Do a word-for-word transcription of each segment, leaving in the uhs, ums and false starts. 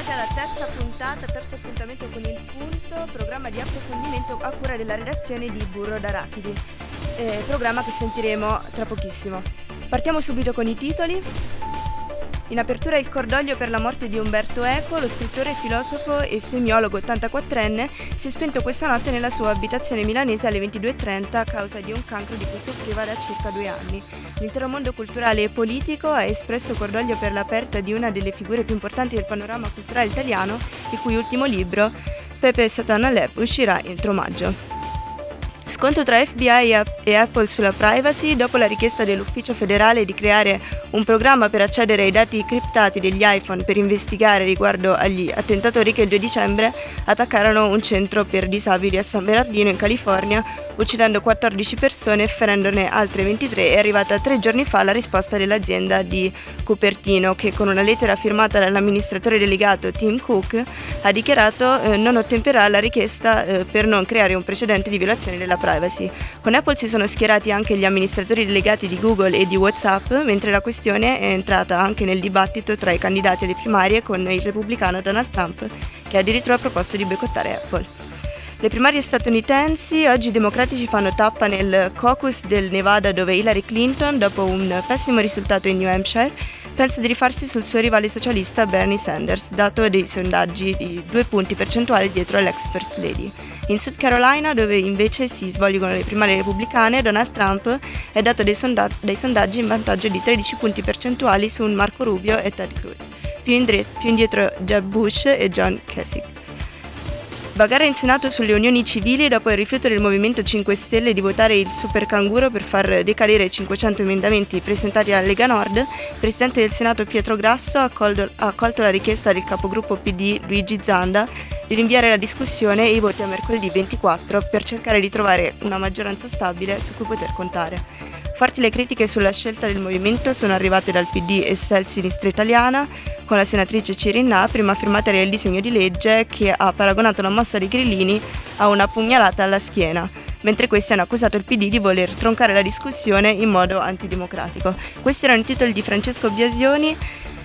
Bentrovati alla terza puntata, terzo appuntamento con Il Punto, programma di approfondimento a cura della redazione di Burro d'Arachidi, eh, programma che sentiremo tra pochissimo. Partiamo subito con i titoli. In apertura il cordoglio per la morte di Umberto Eco, lo scrittore, filosofo e semiologo ottantaquattrenne si è spento questa notte nella sua abitazione milanese alle ventidue e trenta a causa di un cancro di cui soffriva da circa due anni. L'intero mondo culturale e politico ha espresso cordoglio per la perdita di una delle figure più importanti del panorama culturale italiano, il cui ultimo libro, Pepe Satan Alep, uscirà entro maggio. Scontro tra F B I e Apple sulla privacy dopo la richiesta dell'ufficio federale di creare un programma per accedere ai dati criptati degli iPhone per investigare riguardo agli attentatori che il due dicembre attaccarono un centro per disabili a San Bernardino in California, uccidendo quattordici persone e ferendone altre ventitré. È arrivata tre giorni fa la risposta dell'azienda di Cupertino, che con una lettera firmata dall'amministratore delegato Tim Cook ha dichiarato eh, non ottempererà alla richiesta eh, per non creare un precedente di violazione della privacy. Con Apple si sono schierati anche gli amministratori delegati di Google e di WhatsApp, mentre la questione è entrata anche nel dibattito tra i candidati alle primarie con il repubblicano Donald Trump, che addirittura ha proposto di boicottare Apple. Le primarie statunitensi, oggi i democratici fanno tappa nel caucus del Nevada dove Hillary Clinton, dopo un pessimo risultato in New Hampshire, pensa di rifarsi sul suo rivale socialista Bernie Sanders, dato dei sondaggi di due punti percentuali dietro all'ex First Lady. In South Carolina, dove invece si svolgono le primarie repubblicane, Donald Trump è dato dai, sonda- dai sondaggi in vantaggio di tredici punti percentuali su Marco Rubio e Ted Cruz, più, indre- più indietro Jeb Bush e John Kasich. Bagarre in Senato sulle unioni civili dopo il rifiuto del Movimento cinque Stelle di votare il super canguro per far decadere i cinquecento emendamenti presentati alla Lega Nord. Il Presidente del Senato Pietro Grasso ha accolto, ha accolto la richiesta del capogruppo P D Luigi Zanda di rinviare la discussione e i voti a mercoledì ventiquattro per cercare di trovare una maggioranza stabile su cui poter contare. Forti le critiche sulla scelta del movimento sono arrivate dal P D e S E L Sinistra Italiana, con la senatrice Cirinnà, prima firmataria del disegno di legge, che ha paragonato la mossa dei grillini a una pugnalata alla schiena, mentre questi hanno accusato il P D di voler troncare la discussione in modo antidemocratico. Questi erano i titoli di Francesco Biasioni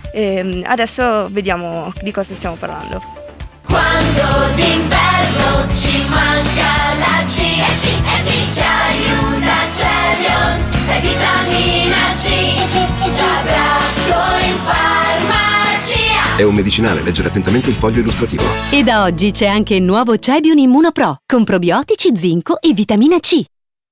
e adesso vediamo di cosa stiamo parlando. Quando d'inverno ci manca la C, e C, e C, ci aiuta Celion, e vitamina C, C, C, C, c'ha Bracco in farmacia. È un medicinale, leggere attentamente il foglio illustrativo. E da oggi c'è anche il nuovo Cebion Immuno Pro, con probiotici, zinco e vitamina C.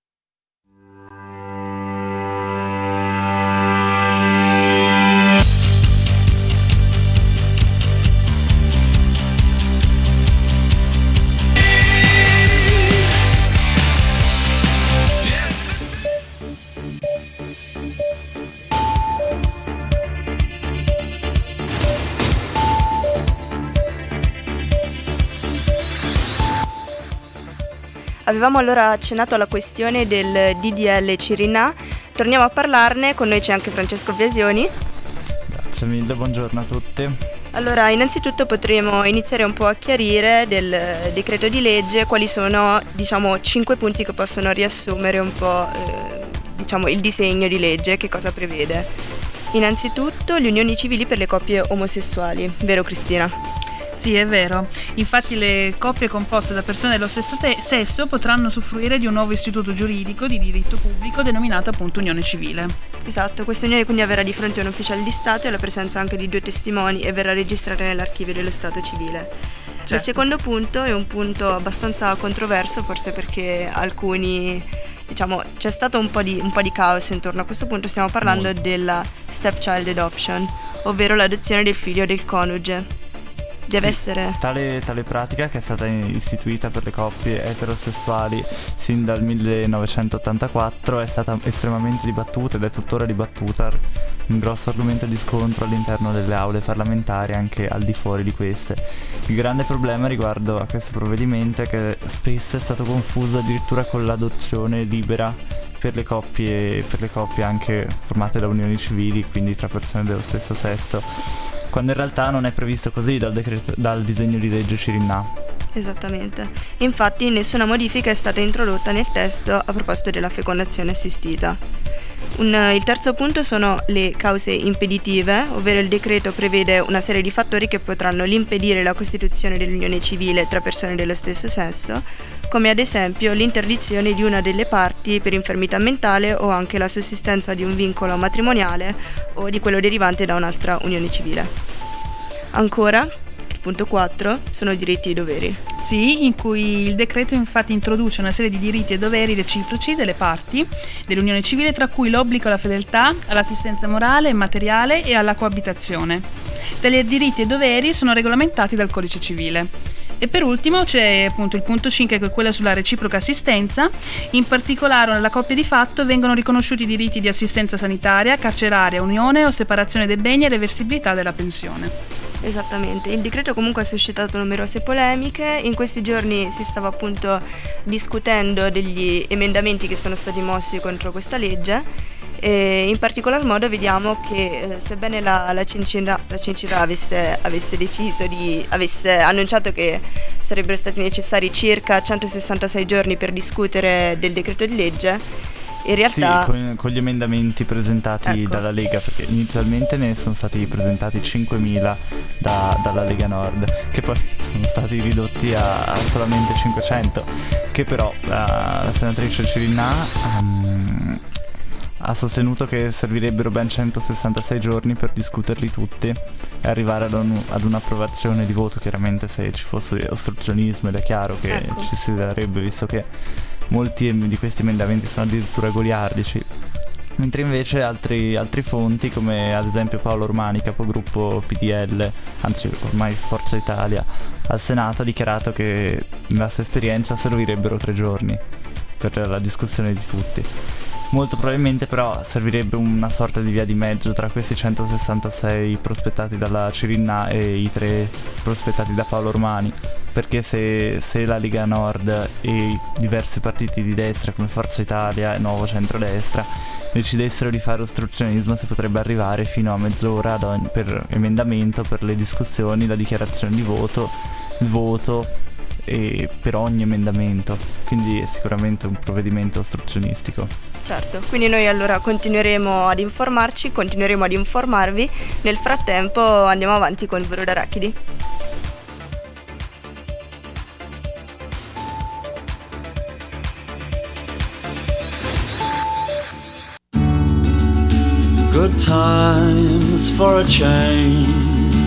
Avevamo allora accennato alla questione del D D L Cirinnà, torniamo a parlarne, con noi c'è anche Francesco Biasioni. Grazie mille, buongiorno a tutti. Allora, innanzitutto potremo iniziare un po' a chiarire del decreto di legge quali sono, diciamo, cinque punti che possono riassumere un po', eh, diciamo, il disegno di legge, che cosa prevede. Innanzitutto le unioni civili per le coppie omosessuali, vero Cristina? Sì, è vero. Infatti le coppie composte da persone dello stesso te- sesso potranno usufruire di un nuovo istituto giuridico di diritto pubblico denominato appunto unione civile. Esatto, questa unione quindi avverrà di fronte a un ufficiale di Stato e alla presenza anche di due testimoni e verrà registrata nell'archivio dello Stato civile. Certo. Il secondo punto è un punto abbastanza controverso, forse perché alcuni, diciamo, c'è stato un po' di, un po' di caos intorno a questo punto. Stiamo parlando Molto. della stepchild adoption, ovvero l'adozione del figlio del coniuge. Deve sì, essere tale, tale pratica, che è stata istituita per le coppie eterosessuali sin dal millenovecentottantaquattro, è stata estremamente dibattuta ed è tuttora dibattuta, un grosso argomento di scontro all'interno delle aule parlamentari, anche al di fuori di queste. Il grande problema riguardo a questo provvedimento è che spesso è stato confuso addirittura con l'adozione libera per le coppie, per le coppie anche formate da unioni civili, quindi tra persone dello stesso sesso, quando in realtà non è previsto così dal, decreto, dal disegno di legge Cirinnà. Esattamente. Infatti nessuna modifica è stata introdotta nel testo a proposito della fecondazione assistita. Un, il terzo punto sono le cause impeditive, ovvero il decreto prevede una serie di fattori che potranno impedire la costituzione dell'unione civile tra persone dello stesso sesso, come ad esempio l'interdizione di una delle parti per infermità mentale o anche la sussistenza di un vincolo matrimoniale o di quello derivante da un'altra unione civile. Ancora, il punto quattro sono diritti e doveri. Sì, in cui il decreto infatti introduce una serie di diritti e doveri reciproci delle parti dell'unione civile, tra cui l'obbligo alla fedeltà, all'assistenza morale e materiale e alla coabitazione. Tali diritti e doveri sono regolamentati dal Codice Civile. E per ultimo c'è appunto il punto cinque, che è quello sulla reciproca assistenza. In particolare alla coppia di fatto vengono riconosciuti i diritti di assistenza sanitaria, carceraria, unione o separazione dei beni e reversibilità della pensione. Esattamente, il decreto comunque ha suscitato numerose polemiche. In questi giorni si stava appunto discutendo degli emendamenti che sono stati mossi contro questa legge e in particolar modo vediamo che eh, sebbene la, la Cincirà, la Cincirà avesse, avesse deciso di avesse annunciato che sarebbero stati necessari circa centosessantasei giorni per discutere del decreto di legge, in realtà sì, con, con gli emendamenti presentati ecco. dalla Lega, perché inizialmente ne sono stati presentati cinquemila da, dalla Lega Nord, che poi sono stati ridotti a, a solamente cinquecento, che però la, la senatrice Cirinnà um, ha sostenuto che servirebbero ben centosessantasei giorni per discuterli tutti e arrivare ad, un, ad un'approvazione di voto. Chiaramente se ci fosse ostruzionismo, ed è chiaro che ecco. ci si darebbe, visto che molti di questi emendamenti sono addirittura goliardici, mentre invece altri, altri fonti, come ad esempio Paolo Ormani, capogruppo P D L, anzi ormai Forza Italia, al Senato, ha dichiarato che nella sua esperienza servirebbero tre giorni per la discussione di tutti. Molto probabilmente però servirebbe una sorta di via di mezzo tra questi centosessantasei prospettati dalla Cirinnà e i tre prospettati da Paolo Ormani, perché se, se la Lega Nord e i diversi partiti di destra come Forza Italia e Nuovo Centrodestra decidessero di fare ostruzionismo, si potrebbe arrivare fino a mezz'ora ad ogni, per emendamento, per le discussioni, la dichiarazione di voto, il voto e per ogni emendamento, quindi è sicuramente un provvedimento ostruzionistico. Certo, quindi noi allora continueremo ad informarci, continueremo ad informarvi, nel frattempo andiamo avanti con il Burro d'Arachidi. Good times for a change.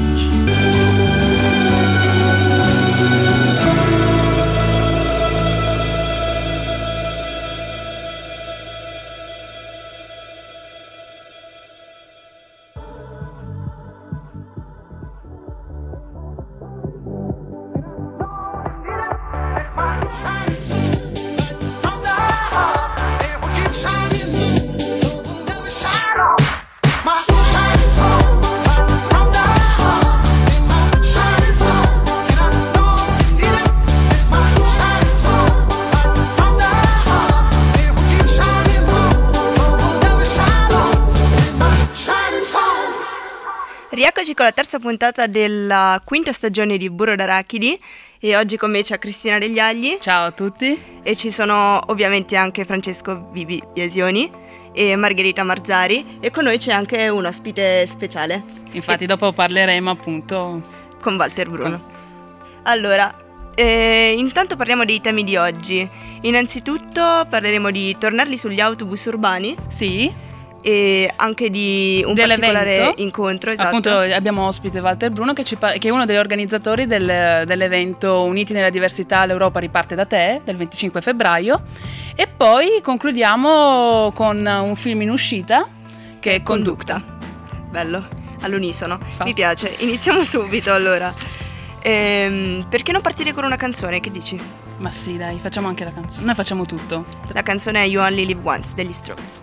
Rieccoci con la terza puntata della quinta stagione di Burro d'Arachidi e oggi con me c'è Cristina Degli Agli. Ciao a tutti. E ci sono ovviamente anche Francesco Vivi Biasioni e Margherita Marzari e con noi c'è anche un ospite speciale. Infatti e... dopo parleremo appunto con Walter Bruno. Con... Allora, eh, intanto parliamo dei temi di oggi. Innanzitutto parleremo di tornarli sugli autobus urbani. Sì. E anche di un dell'evento, particolare incontro, esatto. Appunto abbiamo ospite Walter Bruno che, ci par- che è uno degli organizzatori del, dell'evento Uniti nella diversità, l'Europa riparte da te, del venticinque febbraio, e poi concludiamo con un film in uscita che è Conducta. Bello, all'unisono, Fa. Mi piace. Iniziamo subito allora. Ehm, perché non partire con una canzone, che dici? Ma sì, dai, facciamo anche la canzone, noi facciamo tutto. La canzone è You Only Live Once degli Strokes.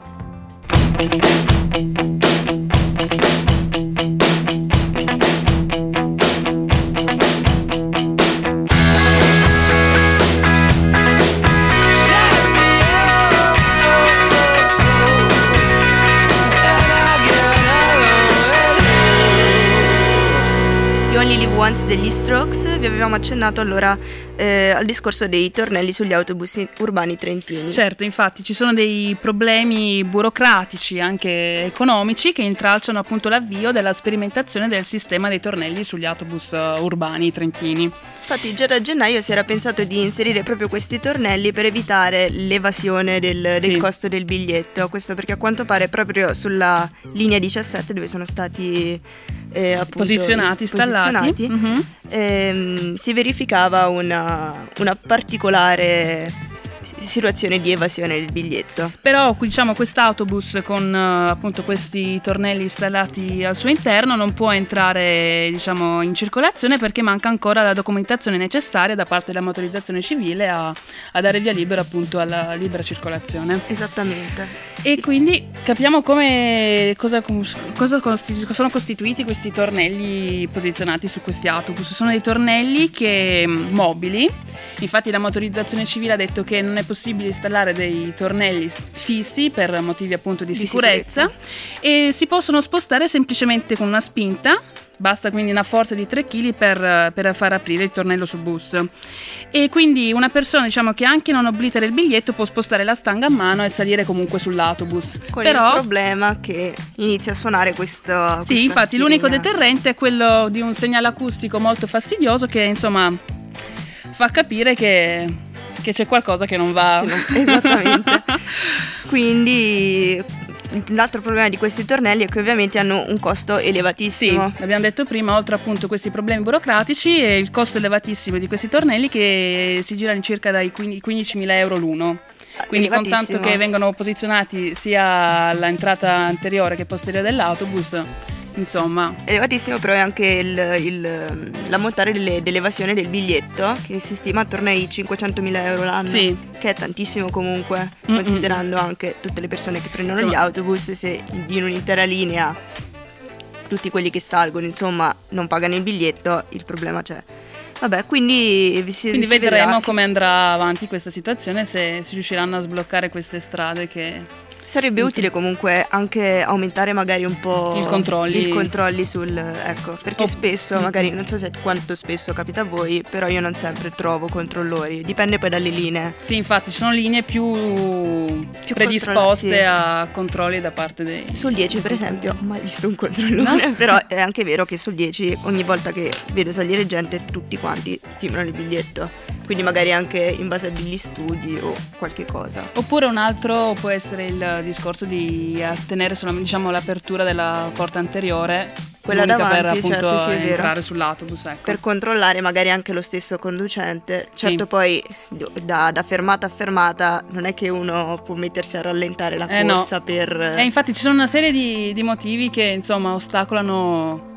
You Only Live Once degli Strokes. Vi avevamo accennato allora eh, al discorso dei tornelli sugli autobus urbani trentini. Certo, infatti ci sono dei problemi burocratici, anche economici, che intralciano appunto l'avvio della sperimentazione del sistema dei tornelli sugli autobus uh, urbani trentini. Infatti già da gennaio si era pensato di inserire proprio questi tornelli per evitare l'evasione del, del Sì. costo del biglietto. Questo perché a quanto pare proprio sulla linea diciassette, dove sono stati eh, appunto Posizionati, installati. posizionati, Mhm. ehm, si verificava una, una particolare situazione di evasione del biglietto. Però diciamo quest'autobus con eh, appunto questi tornelli installati al suo interno non può entrare diciamo in circolazione perché manca ancora la documentazione necessaria da parte della motorizzazione civile a, a dare via libera appunto alla libera circolazione. Esattamente. E quindi capiamo come cosa, cosa costitu- sono costituiti questi tornelli posizionati su questi autobus. Sono dei tornelli che mobili. Infatti la motorizzazione civile ha detto che non è possibile installare dei tornelli fissi per motivi appunto di, Di sicurezza, e si possono spostare semplicemente con una spinta. Basta quindi una forza di tre chili per, per far aprire il tornello sul bus. E quindi una persona diciamo che anche non oblitera il biglietto può spostare la stanga a mano e salire comunque sull'autobus. Con Però, il problema che inizia a suonare questo. sì, infatti l'unico deterrente è quello di un segnale acustico molto fastidioso che insomma fa capire che, che c'è qualcosa che non va. Che non- esattamente. Quindi l'altro problema di questi tornelli è che ovviamente hanno un costo Sì, elevatissimo. l'abbiamo detto prima, oltre appunto questi problemi burocratici e il costo elevatissimo di questi tornelli che si gira in circa dai quindicimila euro l'uno. Quindi con tanto Elevatissimo. che vengono posizionati sia all'entrata anteriore che posteriore dell'autobus, insomma. Elevatissimo, però è anche il, il- l'ammontare delle- dell'evasione del biglietto, che si stima attorno ai cinquecentomila euro l'anno. Sì. Che è tantissimo comunque, Mm-mm. considerando anche tutte le persone che prendono Insomma. gli autobus. Se in un'intera linea tutti quelli che salgono insomma non pagano il biglietto, il problema c'è. Vabbè, quindi vi si, Quindi si vedremo vedrà. come andrà avanti questa situazione, se si riusciranno a sbloccare queste strade che... Sarebbe utile comunque anche aumentare magari un po' I controlli. i controlli sul, ecco, perché Oh. spesso, magari non so se quanto spesso capita a voi, però io non sempre trovo controllori, dipende poi dalle linee. Sì, infatti ci sono linee più, Più predisposte controllati. a controlli da parte dei... Sul dieci per esempio, mai visto un controllore, No? però è anche vero che sul dieci ogni volta che vedo salire gente tutti quanti timbrano il biglietto, quindi magari anche in base agli studi o qualche cosa. Oppure un altro può essere il discorso di tenere solamente diciamo l'apertura della porta anteriore, Quella l'unica davanti, per appunto certo, sì, è vero. entrare sull'autobus, ecco. Per controllare magari anche lo stesso conducente. Certo, Sì. poi da, da fermata a fermata non è che uno può mettersi a rallentare la Eh, no. corsa per... E infatti ci sono una serie di, di motivi che insomma ostacolano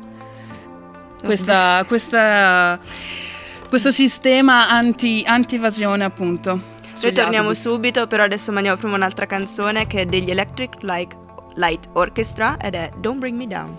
questa, questa, questo sistema anti, anti-evasione appunto. Noi sugli torniamo autobus. subito, però adesso mandiamo prima un'altra canzone che è degli Electric Light, Light Orchestra ed è Don't Bring Me Down.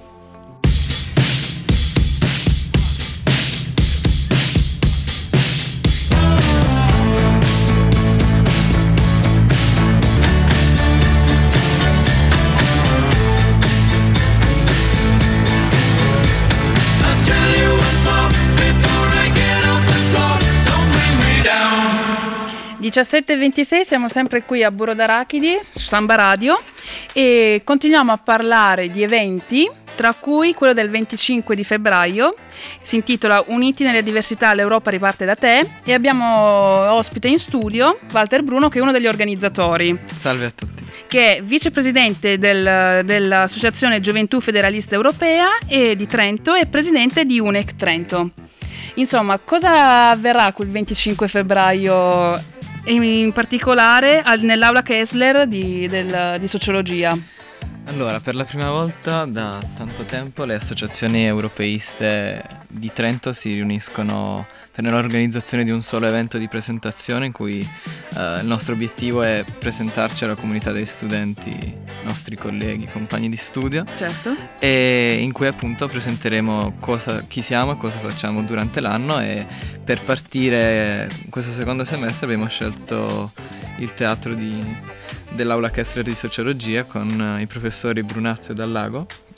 diciassette e ventisei, siamo sempre qui a Burro d'Arachidi su Samba Radio e continuiamo a parlare di eventi, tra cui quello del venticinque di febbraio, si intitola Uniti nelle diversità, l'Europa riparte da te, e abbiamo ospite in studio Walter Bruno, che è uno degli organizzatori, Salve a tutti. che è vicepresidente del, dell'Associazione Gioventù Federalista Europea e di Trento e presidente di U N E C Trento. Insomma, cosa avverrà quel venticinque febbraio, in particolare al- nell'aula Kessler di, del- di sociologia? Allora, per la prima volta da tanto tempo le associazioni europeiste di Trento si riuniscono per l'organizzazione di un solo evento di presentazione in cui eh, il nostro obiettivo è presentarci alla comunità degli studenti, nostri colleghi, compagni di studio, Certo. e in cui appunto presenteremo cosa, chi siamo e cosa facciamo durante l'anno. E per partire questo secondo semestre abbiamo scelto il teatro di, dell'aula Kessler di sociologia con eh, i professori Brunazzo e Dallago,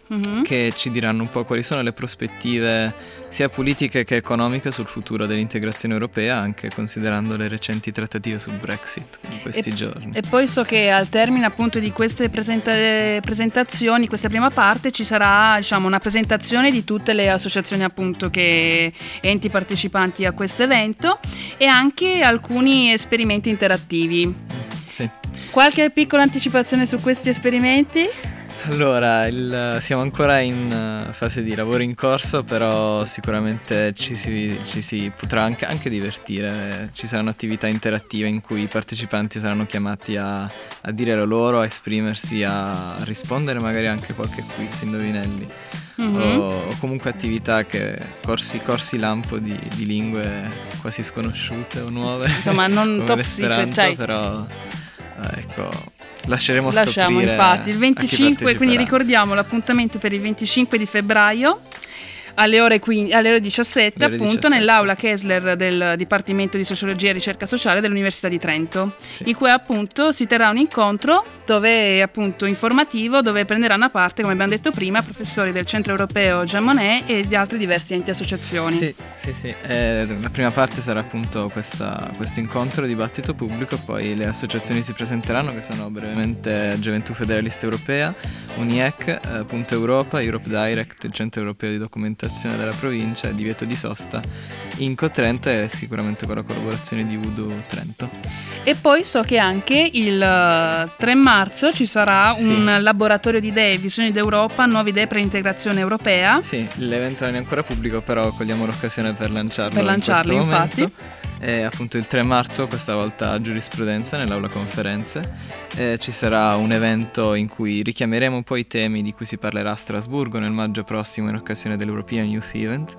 Mm-hmm. che ci diranno un po' quali sono le prospettive sia politiche che economiche sul futuro dell'integrazione europea, anche considerando le recenti trattative sul Brexit in questi e, giorni. E poi so che al termine appunto di queste presenta- presentazioni, questa prima parte, ci sarà, diciamo, una presentazione di tutte le associazioni appunto che enti partecipanti a questo evento e anche alcuni esperimenti interattivi. Sì. Qualche piccola anticipazione su questi esperimenti? Allora, il, siamo ancora in uh, fase di lavoro in corso, però sicuramente ci si, ci si potrà anche, anche divertire. Ci saranno attività interattive in cui i partecipanti saranno chiamati a, a dire la loro, a esprimersi, a rispondere magari anche qualche quiz, indovinelli. Mm-hmm. o, o comunque attività che corsi, corsi lampo di, di lingue quasi sconosciute o nuove. Insomma, non come top l'esperanto, secret, cioè. Però eh, ecco... Lasceremo Lasciamo scoprire infatti il venticinque, quindi ricordiamo l'appuntamento per il venticinque di febbraio alle ore, quindici, alle ore diciassette, alle ore appunto diciassette, nell'aula Kessler del Dipartimento di Sociologia e Ricerca Sociale dell'Università di Trento, sì. In cui appunto si terrà un incontro dove appunto informativo, dove prenderanno parte, come abbiamo detto prima, professori del Centro Europeo Jean Monnet e di altri diversi enti e associazioni. Sì, sì, sì. Eh, la prima parte sarà appunto questa, questo incontro, dibattito pubblico, poi le associazioni si presenteranno, che sono brevemente Gioventù Federalista Europea, UNIEC, eh, Punto Europa, Europe Direct, il Centro Europeo di Documentazione della provincia, Divieto di Sosta, Inco Trento e sicuramente con la collaborazione di Voodoo Trento. E poi so che anche il tre marzo ci sarà un sì. laboratorio di idee, visioni d'Europa, nuove idee per l'integrazione europea. Sì, l'evento non è ancora pubblico, però cogliamo l'occasione per lanciarlo, per lanciarlo in questo infatti. momento. E appunto il tre marzo, questa volta a giurisprudenza nell'aula conferenze, eh, ci sarà un evento in cui richiameremo un po' i temi di cui si parlerà a Strasburgo nel maggio prossimo in occasione dell'European Youth Event,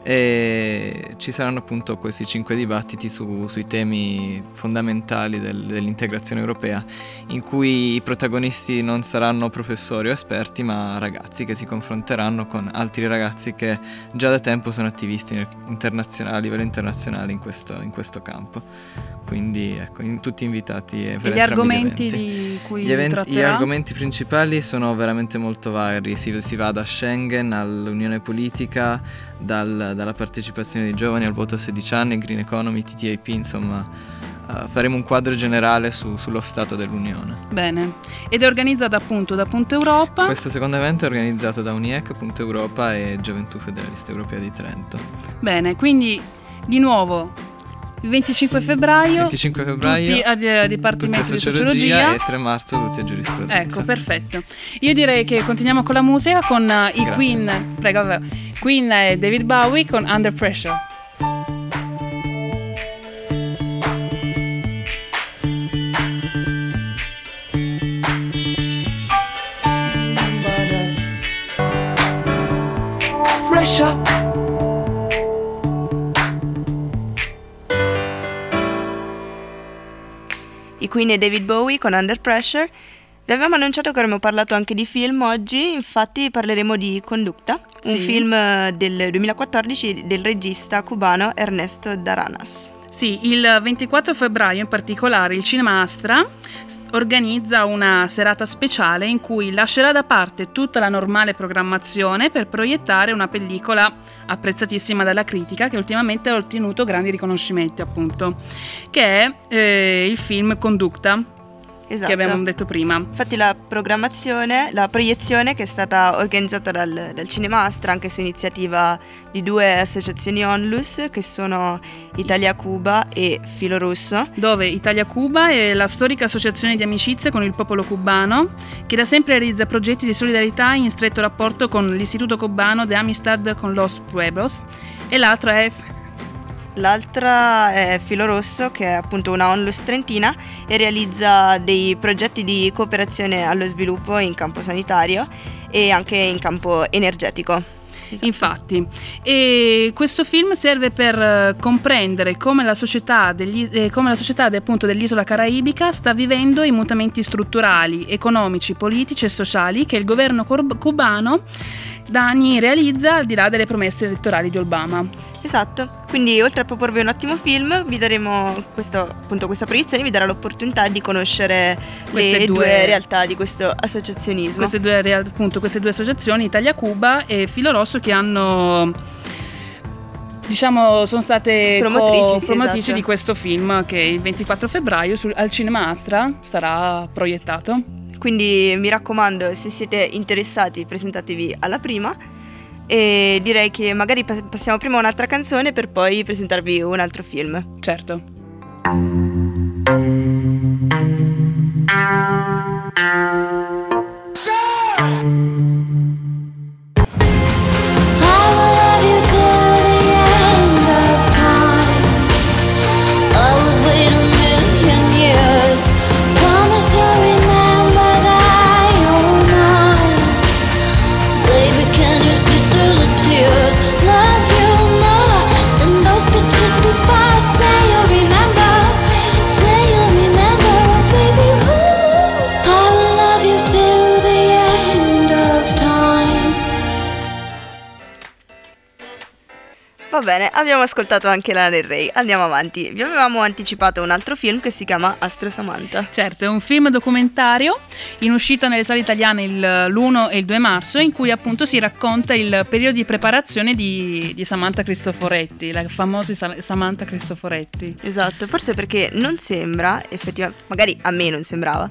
e ci saranno appunto questi cinque dibattiti su, sui temi fondamentali del, dell'integrazione europea, in cui i protagonisti non saranno professori o esperti, ma ragazzi che si confronteranno con altri ragazzi che già da tempo sono attivisti internazionali, a livello internazionale in questo, in questo campo. Quindi ecco, in, tutti invitati e gli argomenti di cui gli, eventi, tratterà? Gli argomenti principali sono veramente molto vari, si, si va da Schengen all'unione politica, dal, dalla partecipazione dei giovani al voto a sedici anni, Green Economy, T T I P, insomma uh, faremo un quadro generale su, sullo stato dell'Unione. Bene, ed è organizzato appunto da Punto Europa. Questo secondo evento è organizzato da UNIEC, Punto Europa e Gioventù Federalista Europea di Trento. Bene, quindi di nuovo il venticinque febbraio, venticinque febbraio tutti a, a Dipartimento di Sociologia e tre marzo tutti a giurisprudenza. Ecco, perfetto. Io direi che continuiamo con la musica con uh, i Queen, prego, vabbè. Queen e David Bowie con Under Pressure. Pressure. I Queen e David Bowie con Under Pressure. Vi avevamo annunciato che avremmo parlato anche di film oggi, infatti parleremo di Conducta, sì. un film del duemilaquattordici del regista cubano Ernesto Daranas. Sì, il ventiquattro febbraio in particolare il Cinema Astra organizza una serata speciale in cui lascerà da parte tutta la normale programmazione per proiettare una pellicola apprezzatissima dalla critica che ultimamente ha ottenuto grandi riconoscimenti, appunto, che è eh, il film Conducta. Esatto. Che abbiamo detto prima. Infatti la programmazione, la proiezione che è stata organizzata dal, dal Cinema Astra anche su iniziativa di due associazioni Onlus che sono Italia Cuba e Filo Russo. Dove Italia Cuba è la storica associazione di amicizia con il popolo cubano che da sempre realizza progetti di solidarietà in stretto rapporto con l'Istituto Cubano de Amistad con los Pueblos, e l'altra è... L'altra è Filo Rosso, che è appunto una Onlus trentina e realizza dei progetti di cooperazione allo sviluppo in campo sanitario e anche in campo energetico. Esatto. Infatti, e questo film serve per comprendere come la società, degli, eh, come la società de, appunto, dell'isola caraibica sta vivendo i mutamenti strutturali, economici, politici e sociali che il governo cubano Dani realizza al di là delle promesse elettorali di Obama. Esatto, quindi oltre a proporvi un ottimo film, vi daremo questo, appunto, questa proiezione vi darà l'opportunità di conoscere Queste le due- due realtà di questo associazionismo. Queste due, real- appunto, queste due associazioni, Italia-Cuba e Filo Rosso, che hanno, diciamo, sono state Promotrici, co- sì, promotrici esatto. di questo film che il ventiquattro febbraio sul- al Cinema Astra sarà proiettato. Quindi mi raccomando, se siete interessati, presentatevi alla prima. E direi che magari pa- passiamo prima a un'altra canzone per poi presentarvi un altro film. Certo. Va bene, abbiamo ascoltato anche Lana Del Rey, andiamo avanti. Vi avevamo anticipato un altro film che si chiama Astro Samantha. Certo, è un film documentario in uscita nelle sale italiane il- l'uno e il due marzo, in cui appunto si racconta il periodo di preparazione di, di Samantha Cristoforetti, la famosa Sa- Samantha Cristoforetti. Esatto, forse perché non sembra, effettivamente, magari a me non sembrava,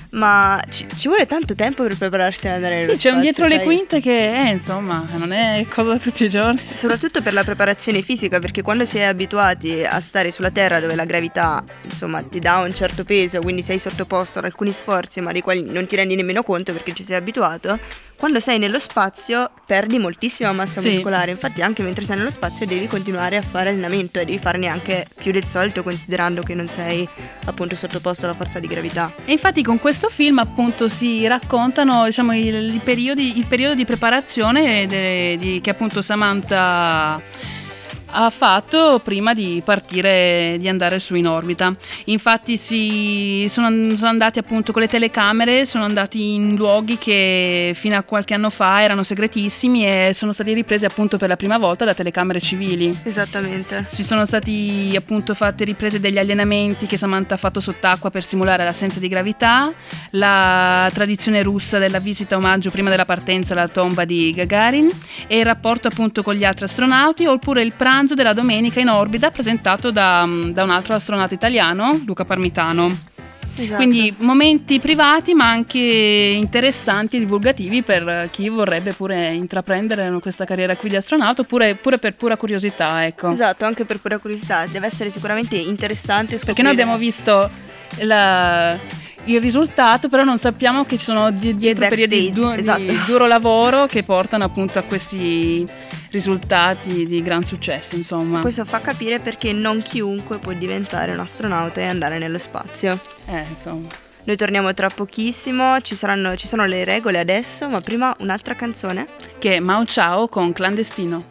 ma ci, ci vuole tanto tempo per prepararsi ad andare nello Sì, c'è un spazio, dietro le sai? quinte che, eh, insomma, non è cosa da tutti i giorni. Soprattutto per la preparazione fisica, perché quando si è abituati a stare sulla Terra dove la gravità, insomma, ti dà un certo peso, quindi sei sottoposto ad alcuni sforzi ma dei quali non ti rendi nemmeno conto perché ci sei abituato, quando sei nello spazio perdi moltissima massa Sì. muscolare. Infatti anche mentre sei nello spazio devi continuare a fare allenamento e devi farne anche più del solito, considerando che non sei appunto sottoposto alla forza di gravità. E infatti con questo film appunto si raccontano, diciamo, il, i periodi, il periodo di preparazione de- di- che appunto Samantha ha fatto prima di partire, di andare su in orbita. Infatti si sono, sono andati appunto con le telecamere, sono andati in luoghi che fino a qualche anno fa erano segretissimi e sono stati ripresi appunto per la prima volta da telecamere civili. Esattamente. Ci sono stati appunto fatte riprese degli allenamenti che Samantha ha fatto sott'acqua per simulare l'assenza di gravità, la tradizione russa della visita omaggio prima della partenza alla tomba di Gagarin e il rapporto appunto con gli altri astronauti, oppure il pranzo della domenica in orbita presentato da, da un altro astronauta italiano, Luca Parmitano. Esatto. Quindi momenti privati ma anche interessanti e divulgativi per chi vorrebbe pure intraprendere questa carriera qui di astronauta, oppure pure per pura curiosità, ecco. Esatto, anche per pura curiosità, deve essere sicuramente interessante scoprire. Perché noi abbiamo visto la- il risultato, però non sappiamo che ci sono di- dietro Backstage, periodi du- esatto. di duro lavoro che portano appunto a questi risultati di gran successo, insomma. Questo fa capire perché non chiunque può diventare un astronauta e andare nello spazio. Eh, insomma. Noi torniamo tra pochissimo, ci saranno, ci sono le regole adesso, ma prima un'altra canzone. Che è Mao Ciao con Clandestino.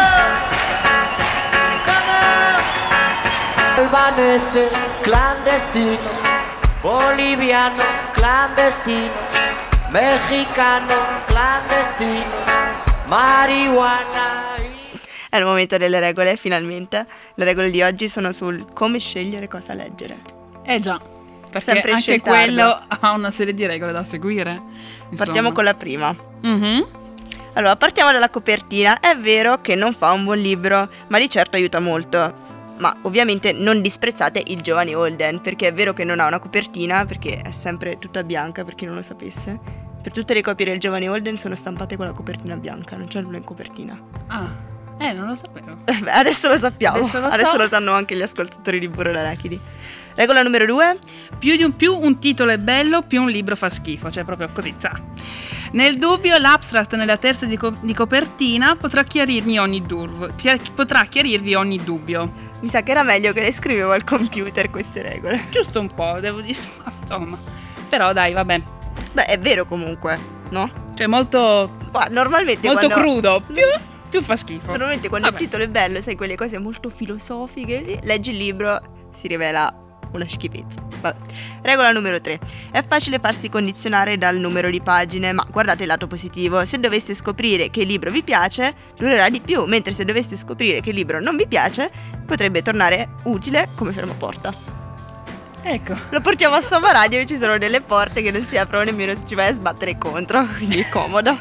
Albanese clandestino, boliviano clandestino, mexicano clandestino, marijuana. È il momento delle regole, finalmente. Le regole di oggi sono sul come scegliere cosa leggere. Eh già, perché Sempre anche sceltardo. quello ha una serie di regole da seguire. insomma. Partiamo con la prima. Mhm. Allora, partiamo dalla copertina. È vero che non fa un buon libro, ma di certo aiuta molto. Ma ovviamente non disprezzate il giovane Holden, perché è vero che non ha una copertina, perché è sempre tutta bianca, per chi non lo sapesse. Per tutte le copie del giovane Holden sono stampate con la copertina bianca, non c'è nulla in copertina. Ah, eh, non lo sapevo. Eh beh, adesso lo sappiamo, Adesso lo adesso so. lo sanno anche gli ascoltatori di Burro d'Arachidi. Regola numero due. Più, di un, più un titolo è bello, più un libro fa schifo, cioè proprio così, za. Nel dubbio, l'abstract nella terza di, co- di copertina potrà chiarirmi ogni durv, pia- potrà chiarirvi ogni dubbio. Mi sa che era meglio che le scrivevo al computer queste regole. Giusto un po', devo dire, ma insomma. Però dai, vabbè. Beh, è vero comunque, no? Cioè molto, Guarda, normalmente molto quando... crudo, più, più fa schifo. Normalmente quando Vabbè. il titolo è bello, sai, quelle cose molto filosofiche, sì, leggi il libro, si rivela una schifezza. Vabbè. Regola numero tre. È facile farsi condizionare dal numero di pagine, ma guardate il lato positivo. Se doveste scoprire che il libro vi piace, durerà di più, mentre se doveste scoprire che il libro non vi piace, potrebbe tornare utile come fermaporta. Ecco. Lo portiamo a Soma Radio e ci sono delle porte che non si aprono nemmeno se ci vai a sbattere contro, quindi è comodo.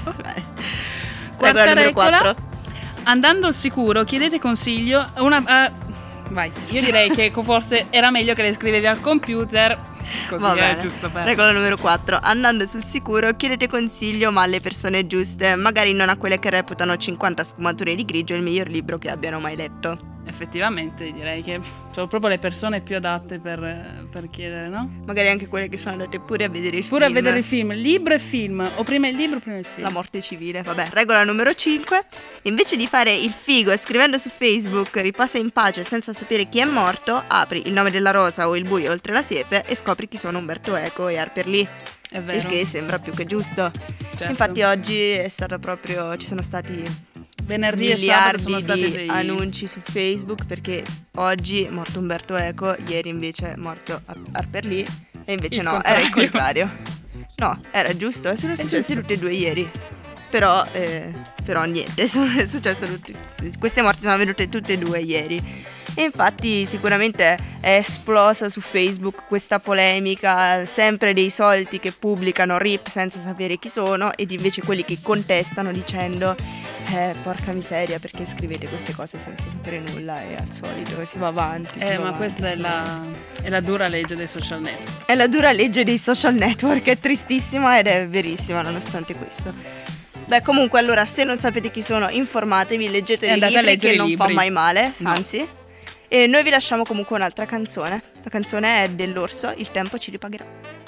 Quarta Regola numero regola. quattro. Andando al sicuro, chiedete consiglio a una... uh, vai, io direi che forse era meglio che le scrivevi al computer, così Va è bene. giusto per... Regola numero quattro. Andando sul sicuro, chiedete consiglio ma alle persone giuste, magari non a quelle che reputano cinquanta sfumature di grigio il miglior libro che abbiano mai letto. Effettivamente direi che sono proprio le persone più adatte per, per chiedere, no? Magari anche quelle che sono andate pure a vedere il Pure film. a vedere il film, libro e film, o prima il libro o prima il film. La morte civile, vabbè. Regola numero cinque. Invece di fare il figo scrivendo su Facebook ripassa in pace senza sapere chi è morto, apri Il nome della rosa o Il buio oltre la siepe e scopri chi sono Umberto Eco e Harper Lee. È vero. Il che sembra più che giusto. Certo. Infatti oggi è stato proprio, ci sono stati Venerdì e sabato miliardi sono stati di dei... annunci su Facebook perché oggi è morto Umberto Eco, ieri invece è morto Harper Lee e invece Il no, contrario. era il contrario. No, era giusto, sono successi tutti e due ieri. Però, eh, però niente, è successo tutti, queste morti sono avvenute tutte e due ieri. E infatti sicuramente è esplosa su Facebook questa polemica, sempre dei soliti che pubblicano R I P senza sapere chi sono ed invece quelli che contestano dicendo eh porca miseria perché scrivete queste cose senza sapere nulla e al solito si va avanti. si Eh, va ma avanti, questa si è va la, avanti. è la dura legge dei social network. È la dura legge dei social network, è tristissima ed è verissima nonostante questo. Beh, comunque, allora, se non sapete chi sono, informatevi, leggete E dei andate a libri leggere che i non libri. fa mai male, No. anzi. E noi vi lasciamo comunque un'altra canzone. La canzone è dell'Orso, Il tempo ci ripagherà.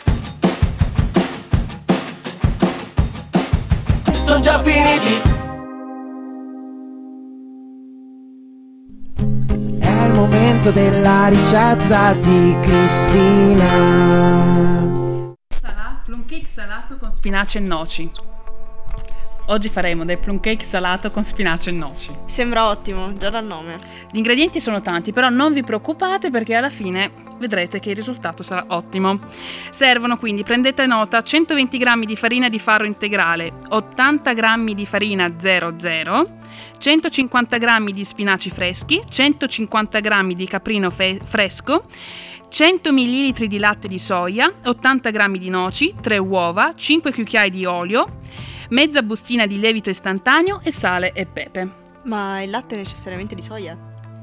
Sono già finiti. È il momento della ricetta di Cristina. Salato, plum cake salato con spinaci e noci. Oggi faremo del plum cake salato con spinaci e noci. Sembra ottimo, già dal nome. Gli ingredienti sono tanti, però non vi preoccupate perché alla fine vedrete che il risultato sarà ottimo. Servono quindi, prendete nota, centoventi grammi di farina di farro integrale, ottanta grammi di farina zero zero, centocinquanta grammi di spinaci freschi, centocinquanta grammi di caprino fe- fresco, cento millilitri di latte di soia, ottanta grammi di noci, tre uova, cinque cucchiai di olio, mezza bustina di lievito istantaneo e sale e pepe. Ma il latte è necessariamente di soia?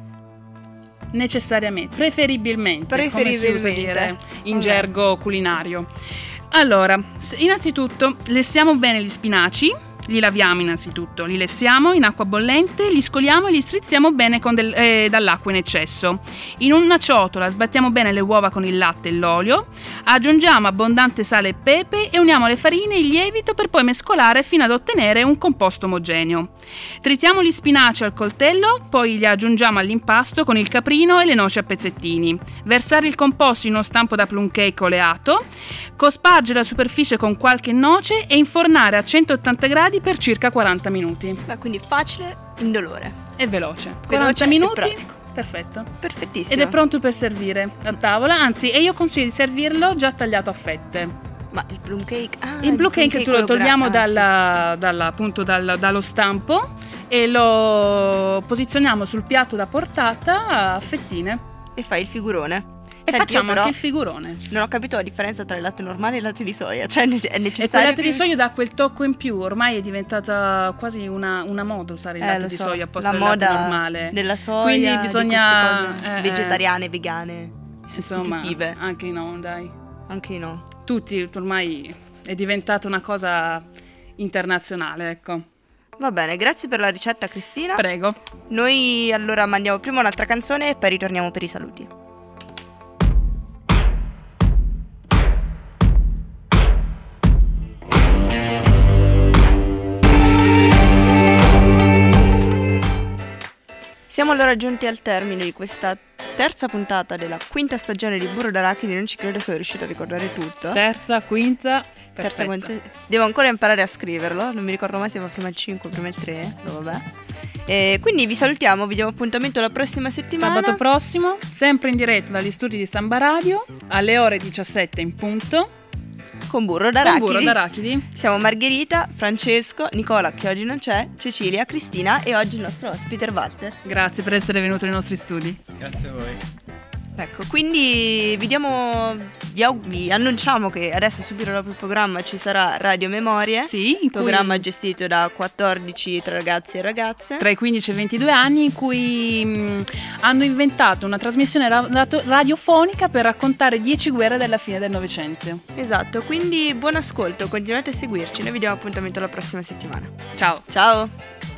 Necessariamente, preferibilmente, come si usa Preferibilmente. dire in Vabbè. gergo culinario. Allora, s- innanzitutto lessiamo bene gli spinaci, li laviamo innanzitutto, li lessiamo in acqua bollente, li scoliamo e li strizziamo bene con del- eh, dall'acqua in eccesso. In una ciotola sbattiamo bene le uova con il latte e l'olio, aggiungiamo abbondante sale e pepe e uniamo le farine e il lievito per poi mescolare fino ad ottenere un composto omogeneo. Tritiamo gli spinaci al coltello, poi li aggiungiamo all'impasto con il caprino e le noci a pezzettini. Versare il composto in uno stampo da plum cake oleato, cospargere la superficie con qualche noce e infornare a centottanta gradi per circa quaranta minuti. Beh, quindi facile, indolore. È veloce. Veloce quaranta e minuti. pratico. Perfetto. Perfettissimo. Ed è pronto per servire a tavola, anzi, e io consiglio di servirlo già tagliato a fette. Ma il plum cake... Ah, Il blue cake tu lo quello togliamo gra- ah, sì, dalla, dalla- appunto dal- dallo stampo e lo posizioniamo sul piatto da portata a fettine. sì. E fai il figurone. E Senti, facciamo io però anche il figurone. non ho capito la differenza tra il latte normale e il latte di soia. Cioè, è E quel necessario... latte di che- soia dà quel tocco in più, ormai è diventata quasi una, una moda usare il Eh, latte lo di so, soia al posto la del latte moda normale. della soia, Quindi di bisogna queste cose eh, eh, vegetariane, vegane, insomma, sostitutive. anche no, dai. Anche no. Tutti ormai è diventata una cosa internazionale, ecco. Va bene, grazie per la ricetta, Cristina. Prego. Noi allora mandiamo prima un'altra canzone e poi ritorniamo per i saluti. Siamo allora giunti al termine di questa terza puntata della quinta stagione di Burro d'Arachidi. Non ci credo, sono riuscita a ricordare tutto. Terza, quinta, Terza, perfetto. quinta. Devo ancora imparare a scriverlo. Non mi ricordo mai se va prima il cinque, prima il tre, però vabbè. E quindi vi salutiamo, vi diamo appuntamento la prossima settimana. Sabato prossimo, sempre in diretta dagli studi di Samba Radio, alle ore diciassette in punto. Con Burro d'Arachidi. Con Burro d'Arachidi. Siamo Margherita, Francesco, Nicola che oggi non c'è, Cecilia, Cristina e oggi il nostro ospite Walter. Grazie per essere venuto nei nostri studi. Grazie a voi. Ecco, quindi vi diamo, vi, au- vi annunciamo che adesso subito dopo il programma ci sarà Radio Memorie, sì, un programma cui... gestito da quattordici tra ragazzi e ragazze tra i quindici e i ventidue anni, in cui mh, hanno inventato una trasmissione ra- radiofonica per raccontare dieci guerre della fine del Novecento. Esatto, quindi buon ascolto, continuate a seguirci, noi vi diamo appuntamento la prossima settimana. Ciao. Ciao.